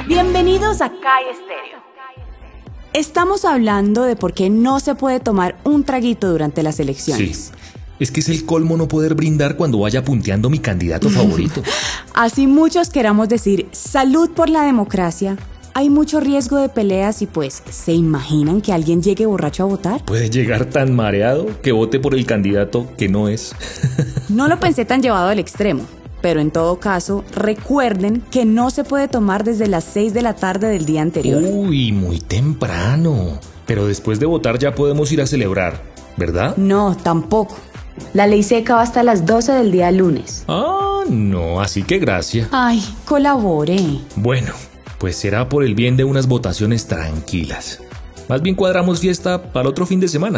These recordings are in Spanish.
Bienvenidos a CAI Estéreo. Estamos hablando de por qué no se puede tomar un traguito durante las elecciones. Sí, es que es el colmo no poder brindar cuando vaya punteando mi candidato favorito. Así muchos queramos decir salud por la democracia, hay mucho riesgo de peleas y pues, ¿se imaginan que alguien llegue borracho a votar? Puede llegar tan mareado que vote por el candidato que no es. No lo pensé tan llevado al extremo, pero en todo caso, recuerden que no se puede tomar desde las 6 de la tarde del día anterior. Uy, muy temprano. Pero después de votar ya podemos ir a celebrar, ¿verdad? No, tampoco. La ley seca va hasta las 12 del día lunes. Ah, no, así que gracias. Ay, colabore. Bueno, pues será por el bien de unas votaciones tranquilas. Más bien cuadramos fiesta para el otro fin de semana.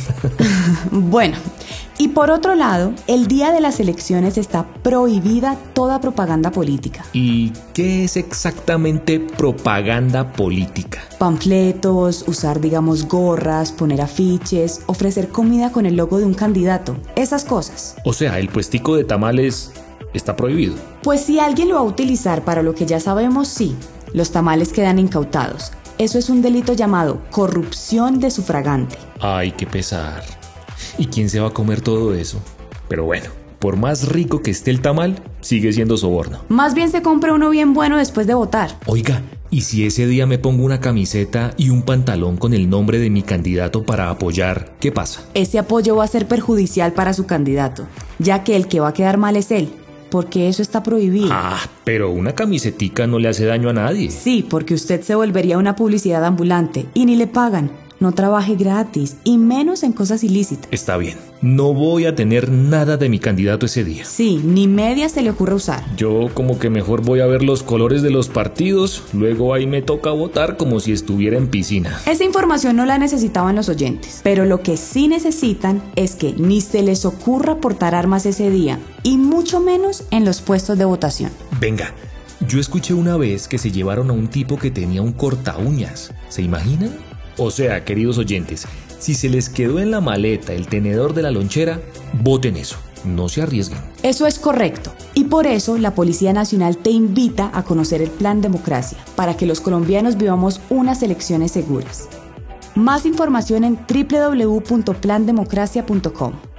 Bueno, y por otro lado, el día de las elecciones está prohibida toda propaganda política. ¿Y qué es exactamente propaganda política? Panfletos, usar digamos gorras, poner afiches, ofrecer comida con el logo de un candidato, esas cosas. O sea, el puestico de tamales está prohibido. Pues si alguien lo va a utilizar para lo que ya sabemos, sí, los tamales quedan incautados. Eso es un delito llamado corrupción de sufragante. Ay, qué pesar. ¿Y quién se va a comer todo eso? Pero bueno, por más rico que esté el tamal, sigue siendo soborno. Más bien se compra uno bien bueno después de votar. Oiga, ¿y si ese día me pongo una camiseta y un pantalón con el nombre de mi candidato para apoyar, qué pasa? Ese apoyo va a ser perjudicial para su candidato, ya que el que va a quedar mal es él, porque eso está prohibido. Ah, pero una camisetica no le hace daño a nadie. Sí, porque usted se volvería una publicidad ambulante y ni le pagan. No trabaje gratis, y menos en cosas ilícitas. Está bien, no voy a tener nada de mi candidato ese día. Sí, ni media se le ocurre usar. Yo como que mejor voy a ver los colores de los partidos, luego ahí me toca votar como si estuviera en piscina. Esa información no la necesitaban los oyentes, pero lo que sí necesitan es que ni se les ocurra portar armas ese día, y mucho menos en los puestos de votación. Venga, yo escuché una vez que se llevaron a un tipo que tenía un corta uñas. ¿Se imaginan? O sea, queridos oyentes, si se les quedó en la maleta el tenedor de la lonchera, voten eso, no se arriesguen. Eso es correcto, y por eso la Policía Nacional te invita a conocer el Plan Democracia, para que los colombianos vivamos unas elecciones seguras. Más información en www.plandemocracia.com.